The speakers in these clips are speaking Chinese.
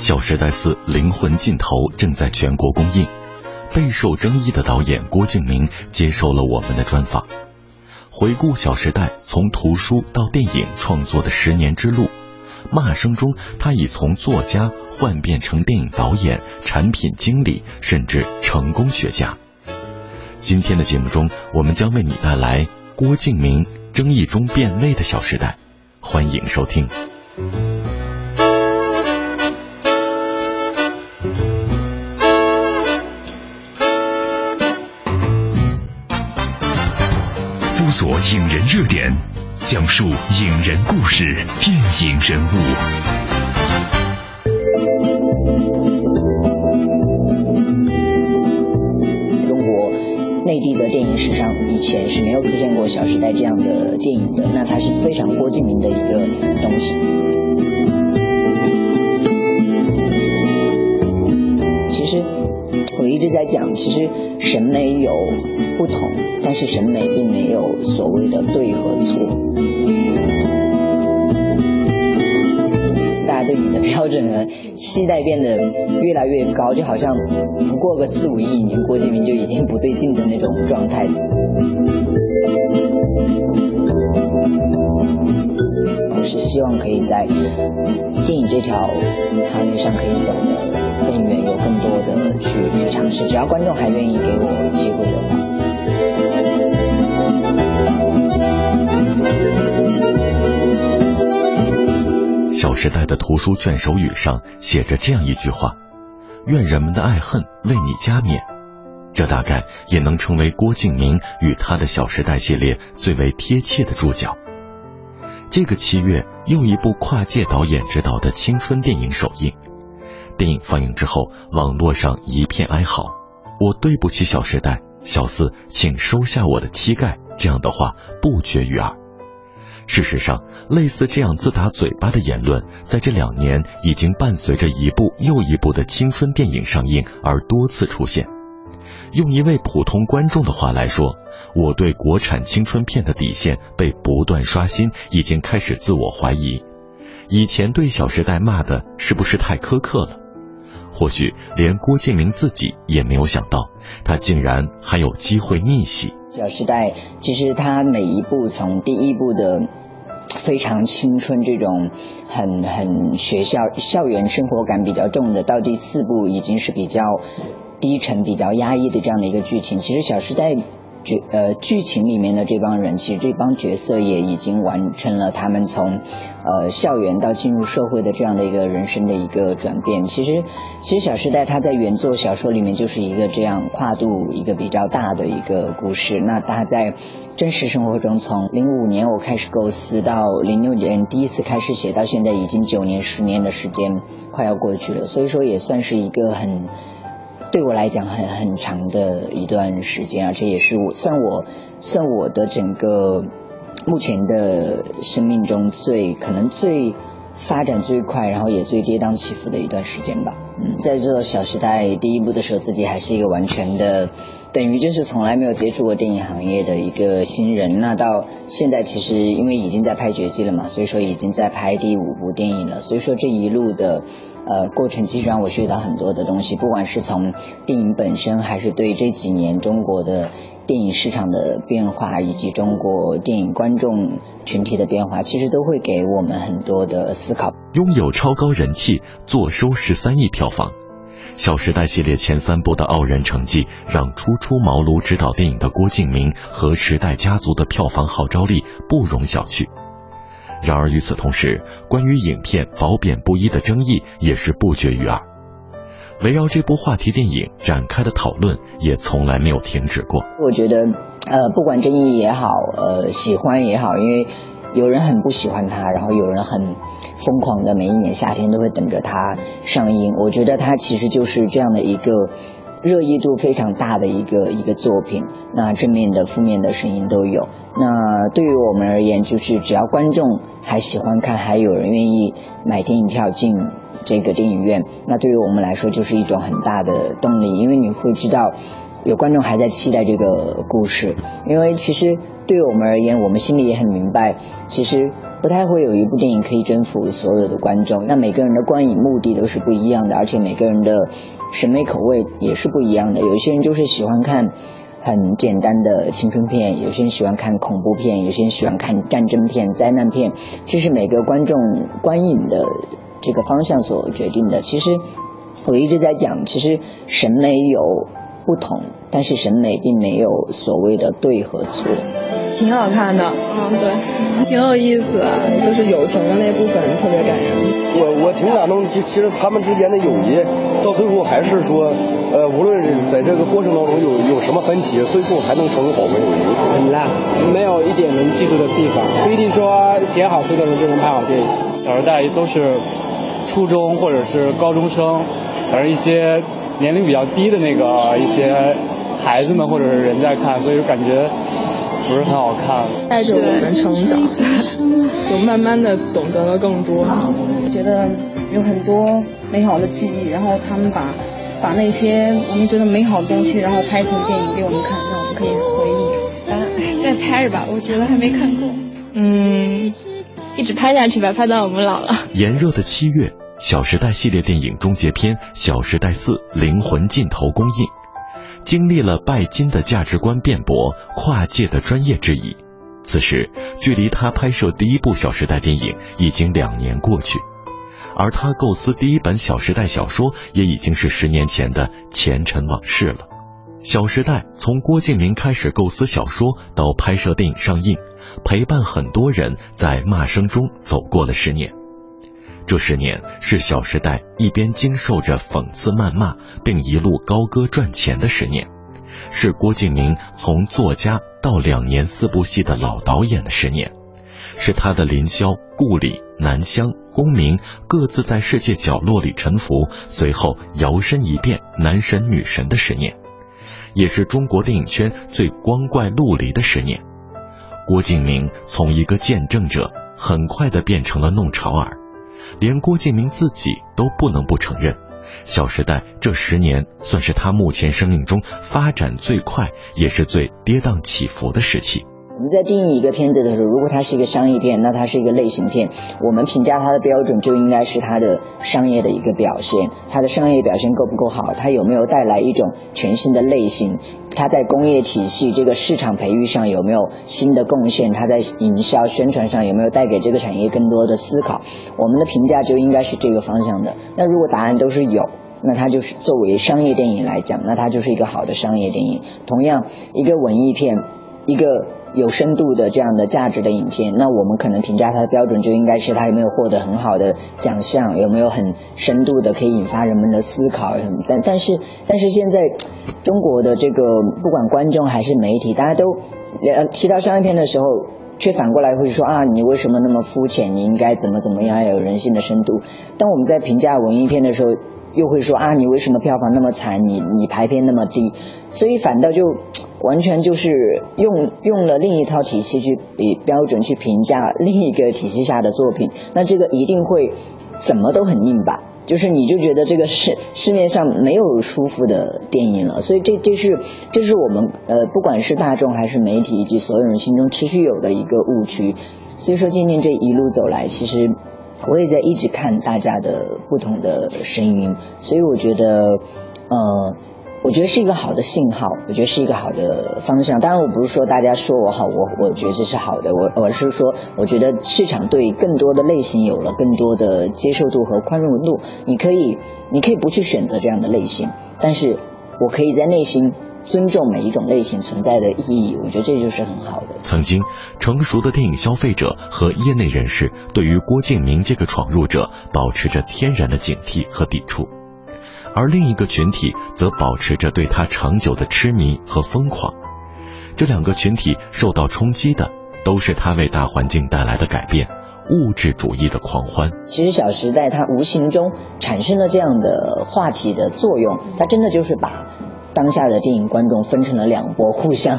小时代4灵魂尽头正在全国公映，备受争议的导演郭敬明接受了我们的专访，回顾小时代从图书到电影创作的10年之路，骂声中他已从作家换变成电影导演、产品经理，甚至成功学家。今天的节目中，我们将为你带来郭敬明争议中变味的小时代，欢迎收听。 搜索影人热点，讲述影人故事，电影人物。 中国内地的电影史上以前是没有出现过《小时代》这样的电影的，那它是非常郭敬明的一个东西。其实我一直在讲，其实审美有不同，但是审美并没有所谓的对和错。大家对你的标准和期待变得越来越高，就好像不过个4-5亿年，郭敬明就已经不对劲的那种状态。我是希望可以在电影这条行业上可以走得更远，有更多的去尝试，只要观众还愿意给我机会的话。 小时代的图书卷首语上写着这样一句话：愿人们的爱恨为你加冕。这大概也能成为郭敬明与他的小时代系列最为贴切的注脚。这个7月，又一部跨界导演执导的青春电影首映。电影放映之后，网络上一片哀嚎，我对不起小时代，小4请收下我的膝盖，这样的话不绝于耳。事实上，类似这样自打嘴巴的言论，在这2年已经伴随着一部又一部的青春电影上映而多次出现。用一位普通观众的话来说，我对国产青春片的底线被不断刷新，已经开始自我怀疑。以前对小时代骂的是不是太苛刻了？或许连郭敬明自己也没有想到，他竟然还有机会逆袭。 小时代其实他每一部，从第1部的非常青春这种很学校园生活感比较重的，到第4部已经是比较低沉比较压抑的这样的一个剧情。其实小时代剧情里面的这帮人，其实这帮角色也已经完成了他们从校园到进入社会的这样的一个人生的一个转变。其实小时代它在原作小说里面就是一个这样跨度一个比较大的一个故事。那它在真实生活中，从05年我开始构思到06年第一次开始写，到现在已经9年10年的时间快要过去了，所以说也算是一个对我来讲很长的一段时间，而且也是算我的整个目前的生命中可能最发展最快，然后也最跌宕起伏的一段时间吧。在做小时代第1部的时候，自己还是一个完全的等于就是从来没有接触过电影行业的一个新人。那到现在其实因为已经在拍绝迹了嘛，所以说已经在拍第5部电影了，所以说这一路的过程其实让我学到很多的东西，不管是从电影本身，还是对这几年中国的电影市场的变化，以及中国电影观众群体的变化，其实都会给我们很多的思考。 拥有超高人气，坐收13亿票房，小时代系列前3部的傲人成绩，让初出茅庐执导电影的郭敬明和时代家族的票房号召力不容小觑。然而与此同时，关于影片褒贬不一的争议也是不绝于耳。围绕这部话题电影展开的讨论也从来没有停止过。 我觉得不管争议也好，喜欢也好，因为有人很不喜欢它，然后有人很疯狂的每一年夏天都会等着它上映。我觉得它其实就是这样的一个热议度非常大的一个作品，那正面的负面的声音都有。那对于我们而言，就是只要观众还喜欢看，还有人愿意买电影票进这个电影院，那对于我们来说就是一种很大的动力。因为你会知道有观众还在期待这个故事。因为其实对于我们而言，我们心里也很明白，其实不太会有一部电影可以征服所有的观众，那每个人的观影目的都是不一样的，而且每个人的审美口味也是不一样的。有些人就是喜欢看很简单的青春片，有些人喜欢看恐怖片，有些人喜欢看战争片、灾难片，这是每个观众观影的这个方向所决定的。其实我一直在讲，其实审美有不同，但是审美并没有所谓的对和错。 挺好看的，对，挺有意思的，就是友情的那部分特别感人。 我挺感动，其实他们之间的友谊到最后还是说，无论在这个过程当中有什么分歧，最后还能成为宝贵友谊。 很烂，没有一点能记住的地方，不一定说写好书的人就能拍好电影。 小时代都是初中或者是高中生，反正一些年龄比较低的那个一些孩子们或者是人在看，所以感觉不是很好看， 带着我们成长，就慢慢的懂得了更多。 我觉得有很多美好的记忆，然后他们把那些我们觉得美好的东西，然后拍成电影给我们看，让我们可以回忆。 再拍着吧，我觉得还没看过。 一直拍下去吧，拍到我们老了。 炎热的7月，《小时代》系列电影终结篇《小时代4：灵魂尽头》公映。经历了拜金的价值观辩驳，跨界的专业质疑，此时距离他拍摄第一部《小时代》电影已经2年过去，而他构思第一本《小时代》小说也已经是10年前的前尘往事了。《小时代》从郭敬明开始构思小说到拍摄电影上映，陪伴很多人在骂声中走过了10年。这10年是《小时代》一边经受着讽刺谩骂，并一路高歌赚钱的10年，是郭敬明从作家到2年4部戏的老导演的10年，是他的林霄、顾里、南湘、公明各自在世界角落里沉浮，随后摇身一变男神女神的10年，也是中国电影圈最光怪陆离的10年。郭敬明从一个见证者很快地变成了弄潮儿，连郭敬明自己都不能不承认，《小时代》这10年算是他目前生命中发展最快也是最跌宕起伏的时期。 我们在定义一个片子的时候，如果它是一个商业片，那它是一个类型片，我们评价它的标准就应该是它的商业的一个表现，它的商业表现够不够好，它有没有带来一种全新的类型，它在工业体系这个市场培育上有没有新的贡献，它在营销宣传上有没有带给这个产业更多的思考，我们的评价就应该是这个方向的。那如果答案都是有，那它就是作为商业电影来讲，那它就是一个好的商业电影。同样一个文艺片，一个有深度的这样的价值的影片，那我们可能评价它的标准就应该是它有没有获得很好的奖项，有没有很深度的可以引发人们的思考。但是现在中国的这个不管观众还是媒体，大家都提到商业片的时候，却反过来会说啊，你为什么那么肤浅，你应该怎么样，要有人性的深度。当我们在评价文艺片的时候，又会说啊，你为什么票房那么惨，你排片那么低，所以反倒就完全就是用了另一套体系去标准去评价另一个体系下的作品，那这个一定会怎么都很硬吧，就是你就觉得这个市面上没有舒服的电影了。所以这是我们不管是大众还是媒体以及所有人心中持续有的一个误区。所以说今年这一路走来，其实我也在一直看大家的不同的声音，所以我觉得是一个好的信号，我觉得是一个好的方向。当然我不是说大家说我好，我觉得这是好的，我是说我觉得市场对更多的类型有了更多的接受度和宽容度，你可以不去选择这样的类型，但是我可以在内心尊重每一种类型存在的意义，我觉得这就是很好的。 曾经成熟的电影消费者和业内人士对于郭敬明这个闯入者保持着天然的警惕和抵触，而另一个群体则保持着对他长久的痴迷和疯狂。这两个群体受到冲击的都是他为大环境带来的改变，物质主义的狂欢。 其实《小时代》它无形中产生了这样的话题的作用，它真的就是把当下的电影观众分成了2波，互相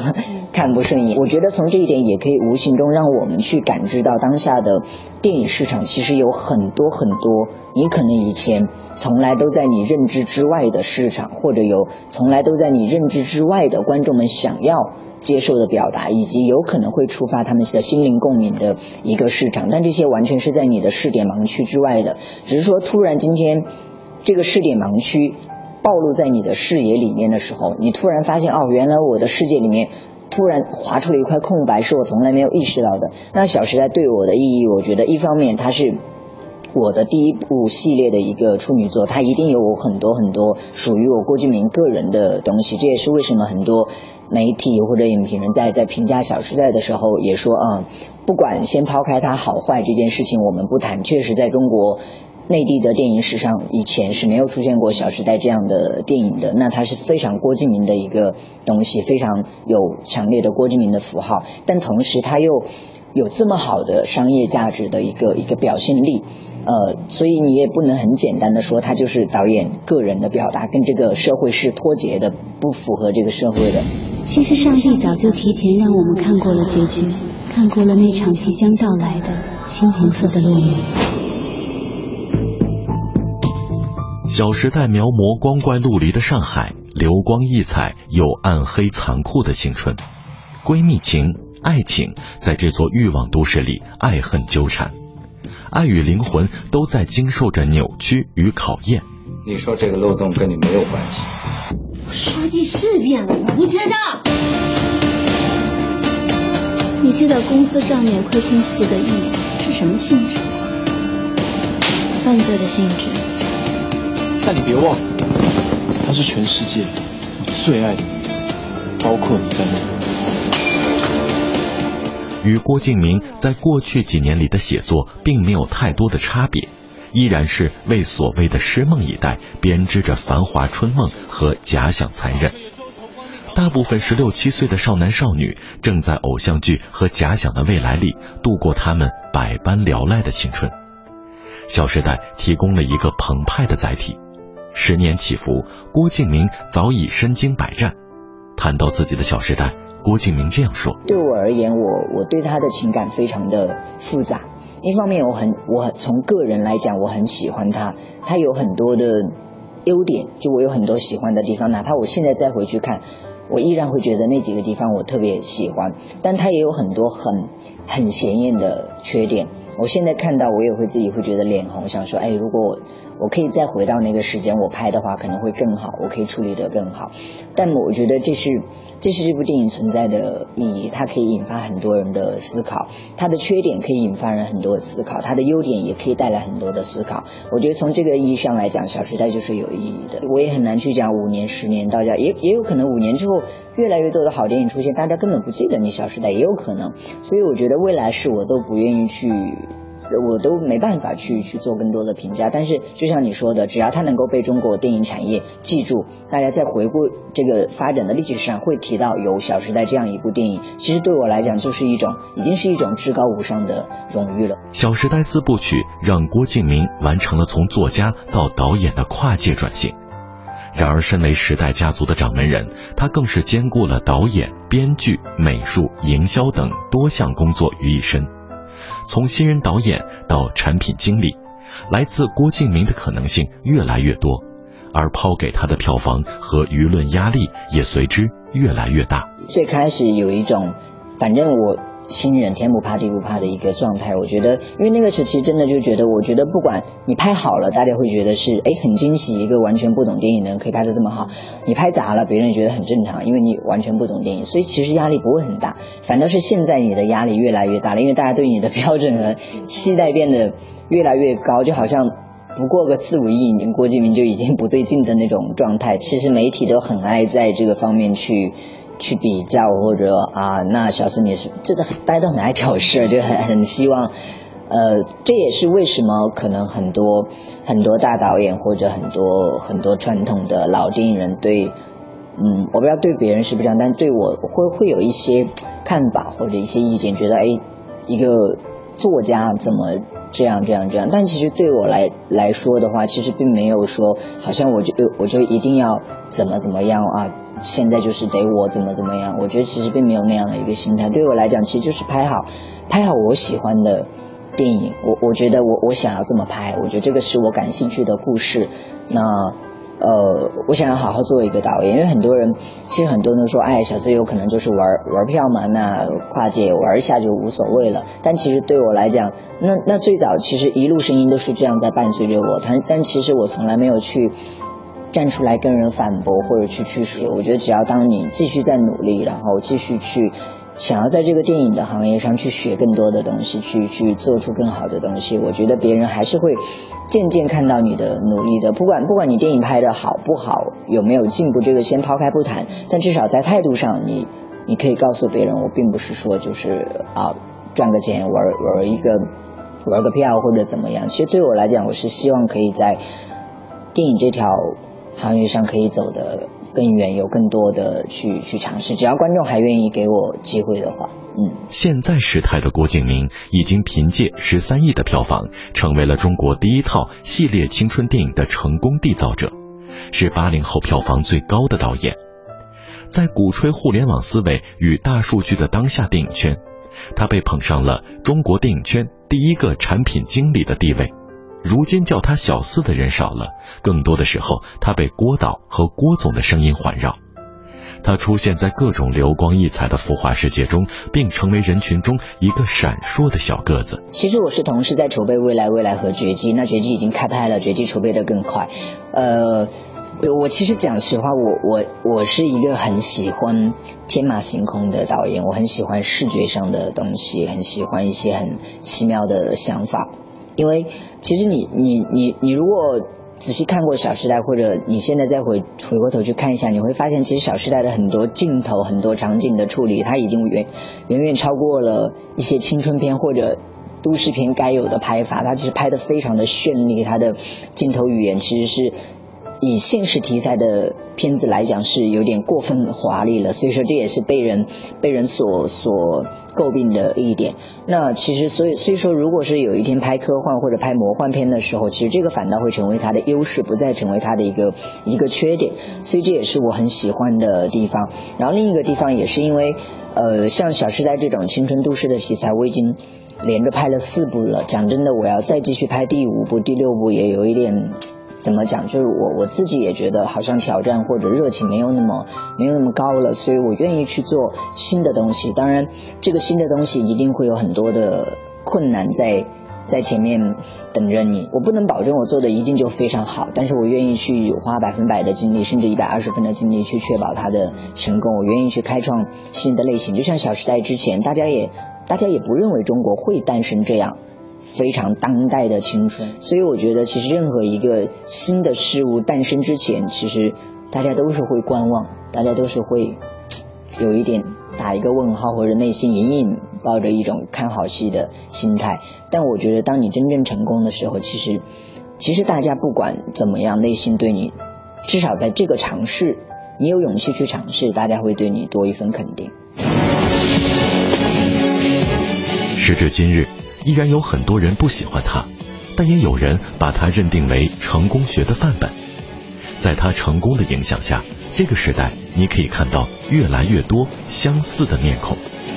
看不顺眼。我觉得从这一点也可以无形中让我们去感知到当下的电影市场其实有很多很多你可能以前从来都在你认知之外的市场，或者有从来都在你认知之外的观众们想要接受的表达，以及有可能会触发他们的心灵共鸣的一个市场，但这些完全是在你的视点盲区之外的。只是说突然今天这个视点盲区暴露在你的视野里面的时候，你突然发现原来我的世界里面突然划出了一块空白，是我从来没有意识到的。那小时代对我的意义，我觉得一方面它是我的第一部系列的一个处女作，它一定有我很多很多属于我郭敬明个人的东西。这也是为什么很多媒体或者影评人在评价小时代的时候也说不管先抛开它好坏这件事情我们不谈，确实在中国内地的电影史上以前是没有出现过小时代这样的电影的，那它是非常郭敬明的一个东西，非常有强烈的郭敬明的符号，但同时它又有这么好的商业价值的一个表现力，所以你也不能很简单的说它就是导演个人的表达，跟这个社会是脱节的，不符合这个社会的。 其实上帝早就提前让我们看过了结局，看过了那场即将到来的猩红色的落雨。 小时代描摹光怪陆离的上海，流光溢彩又暗黑残酷的青春，闺蜜情、爱情在这座欲望都市里爱恨纠缠，爱与灵魂都在经受着扭曲与考验。 你说这个漏洞跟你没有关系。 我说第4遍了，我不知道。你知道公司账面亏空4个亿是什么性质？犯罪的性质。 但你别忘了，他是全世界我最爱的女人，包括你在内。 与郭敬明在过去几年里的写作并没有太多的差别，依然是为所谓的诗梦一代编织着繁华春梦和假想残忍。大部分16、17岁的少男少女正在偶像剧和假想的未来里度过他们百般聊赖的青春。小时代提供了一个澎湃的载体，10年起伏，郭敬明早已身经百战。谈到自己的小时代，郭敬明这样说： 对我而言，我对他的情感非常的复杂。一方面我从个人来讲我很喜欢他，他有很多的优点，就我有很多喜欢的地方，哪怕我现在再回去看，我依然会觉得那几个地方我特别喜欢，但他也有很多很显眼的缺点。我现在看到我也会自己会觉得脸红，想说如果我可以再回到那个时间我拍的话可能会更好，我可以处理得更好。但我觉得这是这部电影存在的意义，它可以引发很多人的思考，它的缺点可以引发人很多的思考，它的优点也可以带来很多的思考。我觉得从这个意义上来讲，小时代就是有意义的。我也很难去讲5年10年到家，也有可能5年之后越来越多的好电影出现，大家根本不记得你小时代，也有可能。所以我觉得未来是我都不愿意去，我都没办法去做更多的评价。但是就像你说的，只要它能够被中国电影产业记住，大家在回顾这个发展的历史上会提到有小时代这样一部电影，其实对我来讲就是已经是一种至高无上的荣誉了。 小时代4部曲让郭敬明完成了从作家到导演的跨界转型。然而身为时代家族的掌门人，他更是兼顾了导演、编剧、美术、营销等多项工作于一身。从新人导演到产品经理，来自郭敬明的可能性越来越多，而抛给他的票房和舆论压力也随之越来越大。 最开始有一种反正我新人天不怕地不怕的一个状态。我觉得因为那个时候其实真的就觉得，我觉得不管你拍好了大家会觉得是很惊喜，一个完全不懂电影的人可以拍得这么好，你拍砸了别人觉得很正常，因为你完全不懂电影，所以其实压力不会很大。反倒是现在你的压力越来越大了，因为大家对你的标准和期待变得越来越高，就好像不过个4、5亿你郭敬明就已经不对劲的那种状态。其实媒体都很爱在这个方面去比较，或者那小四你是就是大家都很爱挑事，就很希望这也是为什么可能很多大导演或者很多传统的老电影人对我不知道对别人是不是这样，但对我会有一些看法或者一些意见，觉得一个作家怎么这样，但其实对我来说的话，其实并没有说好像我就一定要怎么样啊，现在就是得我怎么样，我觉得其实并没有那样的一个心态。对我来讲，其实就是拍好我喜欢的电影，我觉得我想要这么拍，我觉得这个是我感兴趣的故事。那我想要好好做一个导演，因为其实很多人都说，哎，小时候有可能就是玩票嘛，那跨界玩一下就无所谓了。但其实对我来讲，那最早其实一路声音都是这样在伴随着我，但其实我从来没有去站出来跟人反驳或者去说。我觉得只要当你继续在努力，然后继续去想要在这个电影的行业上去学更多的东西，去做出更好的东西，我觉得别人还是会渐渐看到你的努力的。不管你电影拍的好不好，有没有进步，这个先抛开不谈，但至少在态度上你可以告诉别人，我并不是说就是赚个钱玩个票或者怎么样。其实对我来讲，我是希望可以在电影这条行业上可以走得更远，有更多的去尝试，只要观众还愿意给我机会的话。 现在时态的郭敬明已经凭借13亿的票房，成为了中国第一套系列青春电影的成功缔造者，是80后票房最高的导演。在鼓吹互联网思维与大数据的当下电影圈，他被捧上了中国电影圈第一个产品经理的地位。如今叫他小四的人少了，更多的时候他被郭导和郭总的声音环绕。他出现在各种流光溢彩的浮华世界中，并成为人群中一个闪烁的小个子。 其实我是同时在筹备未来和绝技，那绝技已经开拍了，绝技筹备得更快。我其实讲实话，我是一个很喜欢天马行空的导演，我很喜欢视觉上的东西，很喜欢一些很奇妙的想法。因为其实你如果仔细看过《小时代》，或者你现在再回过头去看一下，你会发现其实《小时代》的很多镜头、很多场景的处理，它已经远远超过了一些青春片或者都市片该有的拍法。它其实拍得非常的绚丽，它的镜头语言其实是以现实题材的片子来讲是有点过分华丽了，所以说这也是被人所诟病的一点。那其实所以说，如果是有一天拍科幻或者拍魔幻片的时候，其实这个反倒会成为它的优势，不再成为它的一个缺点。所以这也是我很喜欢的地方。然后另一个地方也是因为像《小时代》这种青春都市的题材，我已经连着拍了4部了。讲真的，我要再继续拍第5部、第6部也有一点怎么讲，就是我自己也觉得好像挑战或者热情没有那么高了，所以我愿意去做新的东西。当然这个新的东西一定会有很多的困难在前面等着你，我不能保证我做的一定就非常好，但是我愿意去花100%的精力，甚至120分的精力去确保它的成功。我愿意去开创新的类型，就像《小时代》之前大家也不认为中国会诞生这样非常当代的青春，所以我觉得其实任何一个新的事物诞生之前，其实大家都是会观望，大家都是会有一点打一个问号，或者内心隐隐抱着一种看好戏的心态。但我觉得当你真正成功的时候，其实大家不管怎么样，内心对你至少在这个尝试，你有勇气去尝试，大家会对你多一份肯定。 时至今日，依然有很多人不喜欢他，但也有人把他认定为成功学的范本。在他成功的影响下，这个时代你可以看到越来越多相似的面孔。